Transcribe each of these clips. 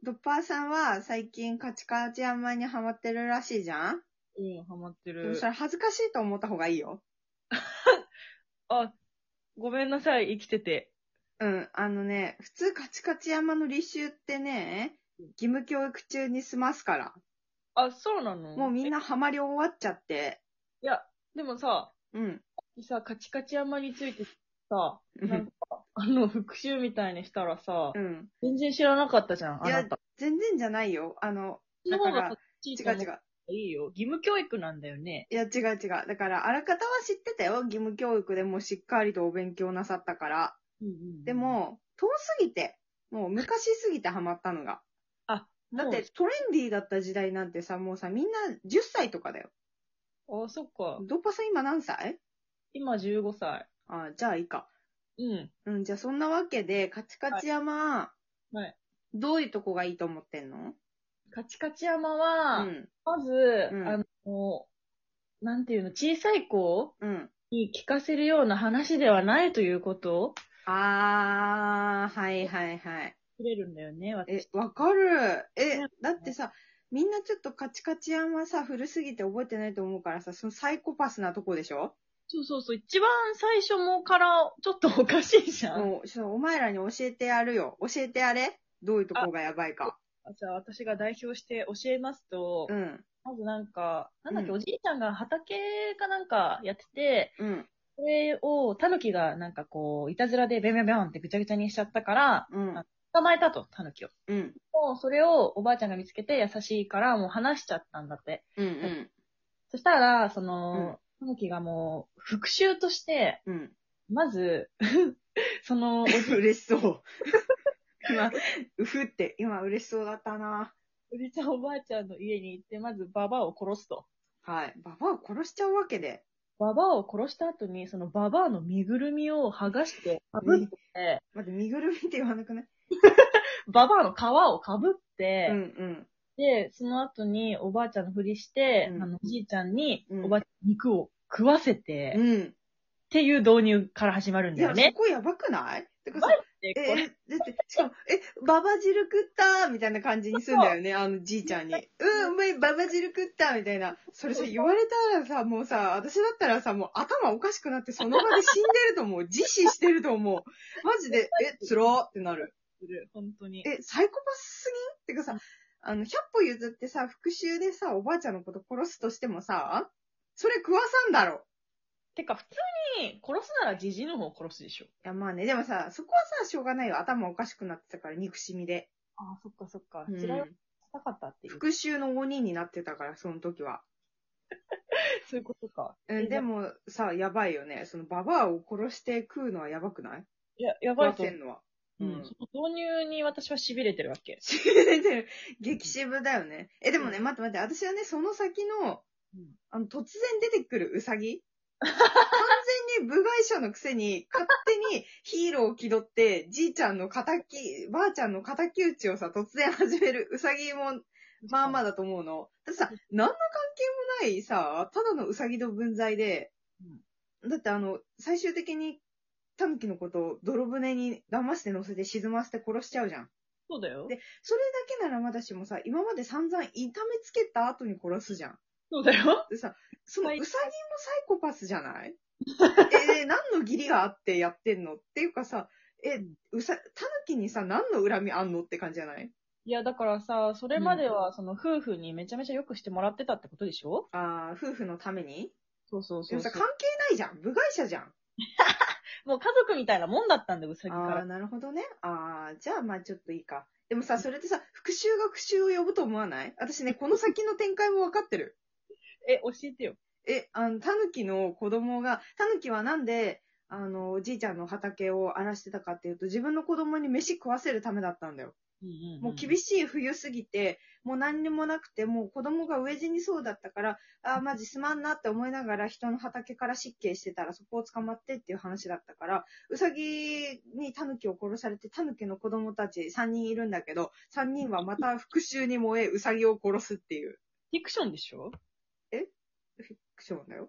ドッパーさんは最近カチカチ山にハマってるらしいじゃん。 ハマってでもる。 それ恥ずかしいと思った方がいいよ。 あ、ごめんなさい、生きてて。 うん、普通カチカチ山の履修ってね、義務教育中に済ますから。 あ、そうなの？ もうみんなハマり終わっちゃって。 いや、でもさ、 うん。 カチカチ山についてさ、 うんなんか、復習みたいにしたらさ、 うん。 全然知らなかったじゃん、 いや、 あなた。 全然じゃないよ。 その方がこっだから、 ちいいと思っ違う違う。 ていいよ。義務教育なんだよね。 いや、違う違う。だから、あらかたは知ってたよ。義務教育でもしっかりとお勉強なさったから。 うんうんうん。 でも、遠すぎて、もう昔すぎてハマったのが。 あ、 だってトレンディーだった時代なんてさ、もうさ、みんな10歳とかだよ。 そっか。 ドッパさん今何歳？ 今15歳。 あ、じゃあいいか。 うん。 うん、じゃあそんなわけで、カチカチ山、 はい。 どういうとこがいいと思ってんの？ カチカチ山は、 うん、 まず、 うん、 なんていうの、小さい子うん。 に聞かせるような話ではないということをはいはいはい。 くれるんだよね、私。 わかる。 ね。 だってさ、みんなちょっとカチカチ山さ、古すぎて覚えてないと思うからさ、そのサイコパスなとこでしょ？ そうそうそう、一番最初もからちょっとおかしいじゃん。 もう、お前らに教えてやるよ。教えてやれ。どういうとあ、 こがやばいか。 じゃあ私が代表して教えますと、 うん、 まずなんだっけ、 うん、 おじいちゃんが畑かなんかやってて、 うん、 それを、タヌキがなんかこう、いたずらでビョンビョンビョンってぐちゃぐちゃにしちゃったから、 うん、 捕まえたと、タヌキを。 うん、 もうそれをおばあちゃんが見つけて優しいからもう話しちゃったんだって。 うん、 そしたら、 うん、 タヌキがもう、復讐として、 うん。 まず、おじ、 嬉しそう。今、うふって、今嬉しそうだったな。 おじちゃんおばあちゃんの家に行って、まずババアを殺すと。 はい。ババアを殺しちゃうわけで。 ババアを殺した後に、そのババアの身ぐるみを剥がして、かぶっね、 て、 待って、身ぐるみって言わなくない？ ババアの皮をかぶっうん、 て、 うん、 で、その後におばあちゃんのふりして、 うん、 おじいちゃんにうん、 おばあちゃん肉を食わせて、 うん。 っていう導入から始まるんいや、そだよね。 こやばくないてかさ、 マジでこれ、 だって、しかも、ババ汁食ったみたいな感じにすんだよね、じいちゃんに。お前ババ汁食ったみたいな。それさ、言われたらさ、もうさ、私だったらさ、もう頭おかしくなってその場で死んでると思う。自死してると思う。マジで、つらーってなる。 本当に。 サイコパスすぎんてかさ、100歩譲ってさ、復讐でさ、おばあちゃんのこと殺すとしてもさ、それ食わさんだろ。 てか、普通に殺すならジジイの方を殺すでしょ。 いや、まあね、でもさ、そこはさ、しょうがないよ。頭おかしくなってたから、憎しみで。 ああ、そっかそっか。 う辛いん。 したかったっていう。 復讐の鬼になってたから、その時は。 そういうことか。 うん、でもさ、やばいよね。そのババアを殺して食うのはやばくない？ や食ばいと思わせんのは。 う。うん。その導入に私は痺れてるわけ。 しびれてる。激渋だよね。でもね、 う待って待って。私はね、その先の、 うん突然出てくるウサギ完全に部外者のくせに、勝手にヒーローを気取って、じいちゃんの仇、ばあちゃんの仇討ちをさ、突然始めるウサギも、まあまあだと思うの。だってさ、何の関係もないさ、ただのウサギの分際で、だって最終的に、タヌキのことを泥船に騙して乗せて沈ませて殺しちゃうじゃん。 そうだよ。 で、それだけならまだしもさ、今まで散々痛めつけた後に殺すじゃん。 そうだよ。 でさ、そのウサギもサイコパスじゃない？何の義理があってやってんのっていうかさ、タヌキにさ、何の恨みあんのって感じじゃない？ いや、だからさ、それまでは、夫婦にめちゃめちゃ良くしてもらってたってことでしょ？ 夫婦のために？ そうそうそうそう。 でもさ、関係ないじゃん。部外者じゃん。 もう家族みたいなもんだったんだよ、うさぎから。 なるほどね。じゃあまあちょっといいか。でもさ、それってさ、復讐が復讐を呼ぶと思わない？私ね、この先の展開も分かってる。 教えてよ。 タヌキの子供が、タヌキはなんで、おじいちゃんの畑を荒らしてたかっていうと、自分の子供に飯食わせるためだったんだよ。もう厳しい冬すぎて、もう何にもなくて、もう子供が飢え死にそうだったから、マジすまんなって思いながら人の畑から失敬してたらそこを捕まってっていう話だったから、ウサギにタヌキを殺されて、タヌキの子供たち3人いるんだけど、3人はまた復讐に燃え、ウサギを殺すっていう。 フィクションでしょ？ フィクションだよ。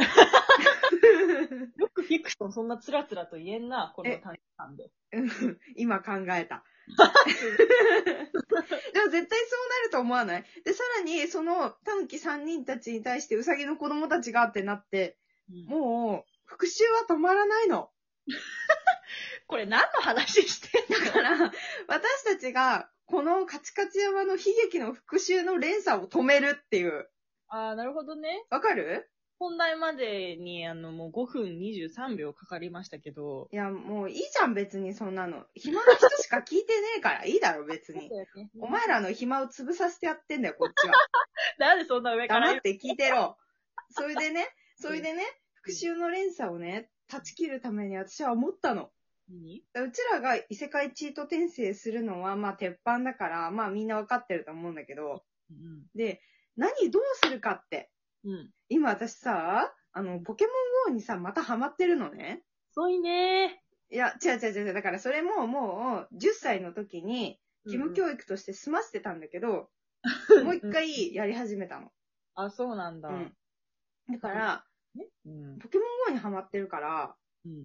よくフィクションそんなつらつらと言えんな、この短期間で。 今考えた。 と思わない？で、さらに、その、タヌキ3人たちに対してウサギの子供たちがってなって、もう、復讐は止まらないの。 これ何の話してんの？ だから、私たちが、このカチカチ山の悲劇の復讐の連鎖を止めるっていう。 ああ、なるほどね。 わかる？ 本題までに、もう5分23秒かかりましたけど。 いや、もういいじゃん、別にそんなの。暇な人しか聞いてねえから、いいだろ、別に。お前らの暇を潰させてやってんだよ、こっちは。 なんでそんな上から黙って聞いてろ。それでね、復讐の連鎖をね、断ち切るために私は思ったの。 何？ うちらが異世界チート転生するのは、まあ、鉄板だから、まあ、みんなわかってると思うんだけど、で、どうするかって。今私さ、ポケモン GO にさ、またハマってるのね。 遅いねいや、違う。だからそれももう、10歳の時に、義務教育として済ませてたんだけど、もう一回やり始めたの。 あ、そうなんだ。 だから、ポケモン GO にハマってるから、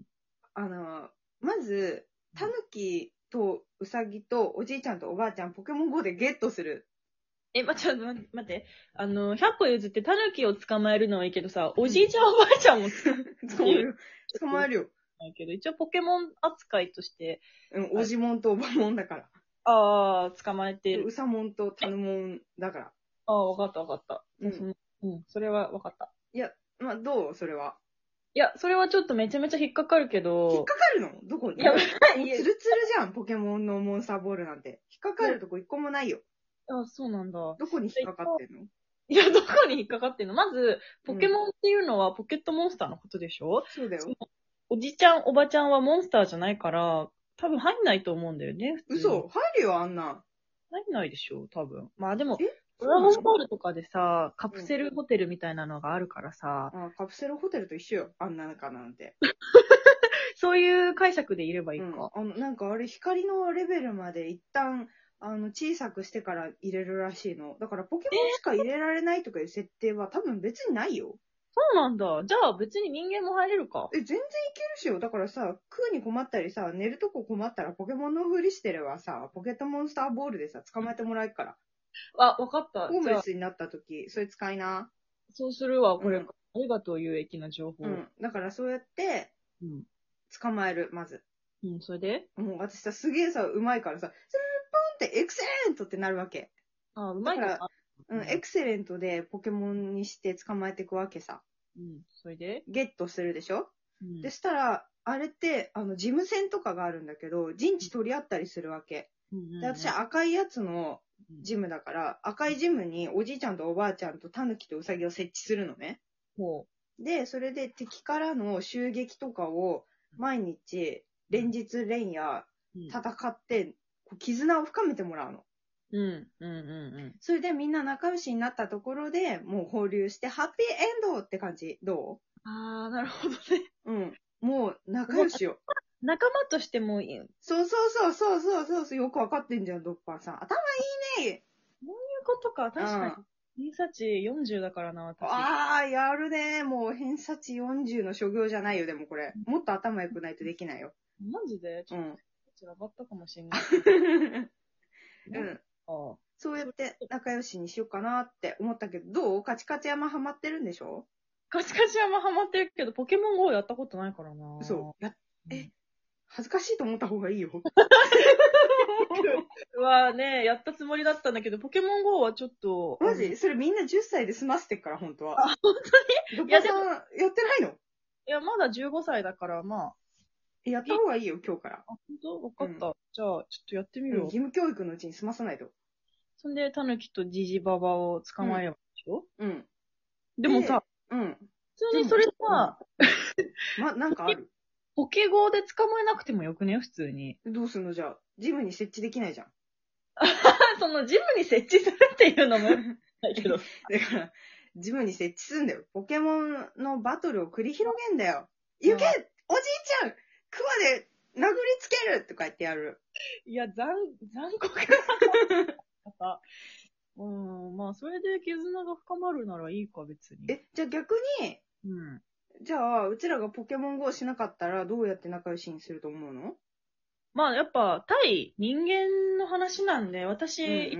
まず、タヌキとウサギとおじいちゃんとおばあちゃんポケモン GO でゲットする。 ちょっと待って。100個譲ってタヌキを捕まえるのはいいけどさ、おじいちゃんおばあちゃんも捕まえるよ。 ないけど、一応ポケモン扱いとして。 おじもんとおばもんだから。 ああ、捕まえてる。 うさもんとたぬもんだから。 ああ、わかった。それはわかった。 いや、まあ、どうそれは。 いや、それはちょっとめちゃめちゃ引っかかるけど。 引っかかるの？どこに？いや、ツルツルじゃん、ポケモンのモンスターボールなんて。引っかかるとこ一個もないよ。 あ、そうなんだ。 どこに引っかかってんの？ いや、どこに引っかかってんの？まず、ポケモンっていうのはポケットモンスターのことでしょ？ そうだよ。 おじちゃん、おばちゃんはモンスターじゃないから、多分入んないと思うんだよね、普通に。 嘘？入るよ、あんな。 入んないでしょ、多分。まあでも、ドラゴンボールとかでさ、カプセルホテルみたいなのがあるからさ。 カプセルホテルと一緒よ、あんな中なんて。 そういう解釈でいればいいか。 なんかあれ、光のレベルまで一旦、小さくしてから入れるらしいの。だからポケモンしか入れられないとかいう設定は多分別にないよ。 そうなんだ。じゃあ別に人間も入れるか。 全然いけるしよ。だからさ、食うに困ったりさ、寝るとこ困ったらポケモンのふりしてればさ、ポケットモンスターボールでさ、捕まえてもらえるから。 あ、わかった。 ホームレスになった時、それ使いな。 そうするわ、これ。ありがとう、有益な情報。 だからそうやって、捕まえる、まず。 それでもう私さ、すげえさ、うまいからさ、スルルポンってエクセレントってなるわけ。 あ、うまいから。 エクセレントでポケモンにして捕まえていくわけさ。 それでゲットするでしょ？でしたら、あれって、事務戦とかがあるんだけど、陣地取り合ったりするわけ。で、私赤いやつのジムだから、赤いジムにおじいちゃんとおばあちゃんとタヌキとウサギを設置するのね。で、それで敵からの襲撃とかを毎日、連日連夜戦って、絆を深めてもらうの。それでみんな仲良しになったところでもう放流してハッピーエンドって感じ。どう？あー、なるほどね。 もう仲良しよ。 仲間としてもいい。 そう。よくわかってんじゃん、ドッパーさん。頭いいね。 そういうことか。確かに。偏差値40だからな、私。 やるね。もう偏差値40の所業じゃないよ、でもこれ。もっと頭良くないとできないよ。 マジで？ちょっと上がったかもしれない。 そうやって仲良しにしようかなって思ったけど、どう？カチカチ山ハマってるんでしょ？ カチカチ山ハマってるけど、ポケモン GO やったことないからな。 そう。恥ずかしいと思った方がいいよ。 ね、やったつもりだったんだけど、ポケモン GO はちょっと。 マジ？それみんな10歳で済ませてっから、本当は。 あ、本当に？ ドッパさん、やってないの？ いや、まだ15歳だから、まあ。 やった方がいいよ、今日から。 本当？わかった。じゃあ、ちょっとやってみるよ。 義務教育のうちに済まさないと。 そんで、タヌキとジジババを捕まえればいいでしょ？でもさ、 普通にそれさ、 なんかある？ ポケゴーで捕まえなくてもよくね？普通に。 どうすんのじゃあ。ジムに設置できないじゃん。 そのジムに設置するっていうのもないけど。 だから、ジムに設置すんだよ。ポケモンのバトルを繰り広げんだよ。行けおじいちゃんクワで殴りつけるとか言ってやる。 いや、残酷な。まあ、それで絆が深まるならいいか、別に。 じゃあ逆に、じゃあ、うちらがポケモン GO しなかったらどうやって仲良しにすると思うの？ まあ、やっぱ、対人間の話なんで、私、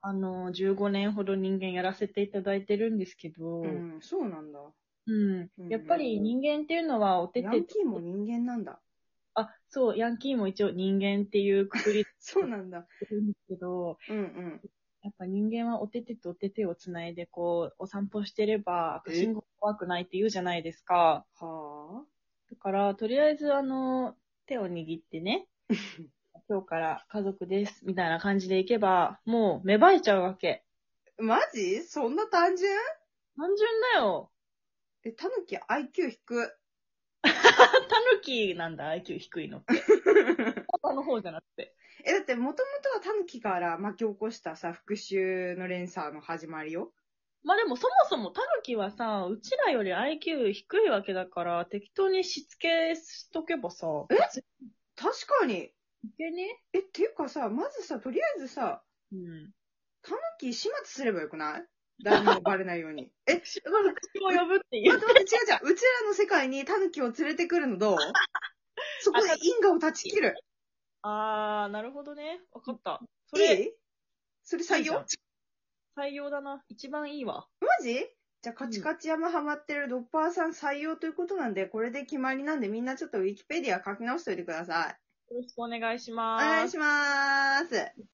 15年ほど人間やらせていただいてるんですけど、 そうなんだ。 やっぱり人間っていうのはお手手。 ヤンキーも人間なんだ。 そう、ヤンキーも一応人間っていうくくりそうなんだ。 るんですけど、やっぱ人間はお手手とお手手をつないでお散歩してれば赤信号怖くないって言うじゃないですか。 はだから、とりあえず手を握ってね、今日から家族です、みたいな感じでいけば、もう芽生えちゃうわけ。 マジそんな単純？ 単純だよ。 タヌキ IQ 低。 タヌキなんだ、IQ 低いのって。他の方じゃなくて。 だってもともとはタヌキから巻き起こしたさ、復讐の連鎖の始まりよ。 まあでもそもそもタヌキはさ、うちらより IQ 低いわけだから、適当にしつけしとけばさ。 確かに。 いけね？ っていうかさ、まずさ、とりあえずさ、タヌキ始末すればよくない？誰にもバレないように。 口を呼ぶっていう。 待って、違う。うちらの世界にタヌキを連れてくるのどう？そこで因果を断ち切る。 なるほどね。わかった。 それ採用？ 採用だな。一番いいわ。 マジ？じゃあ、カチカチ山ハマってるドッパーさん採用ということなんで、これで決まりなんで、みんなちょっとウィキペディア書き直しといてください。 よろしくお願いします。 お願いします。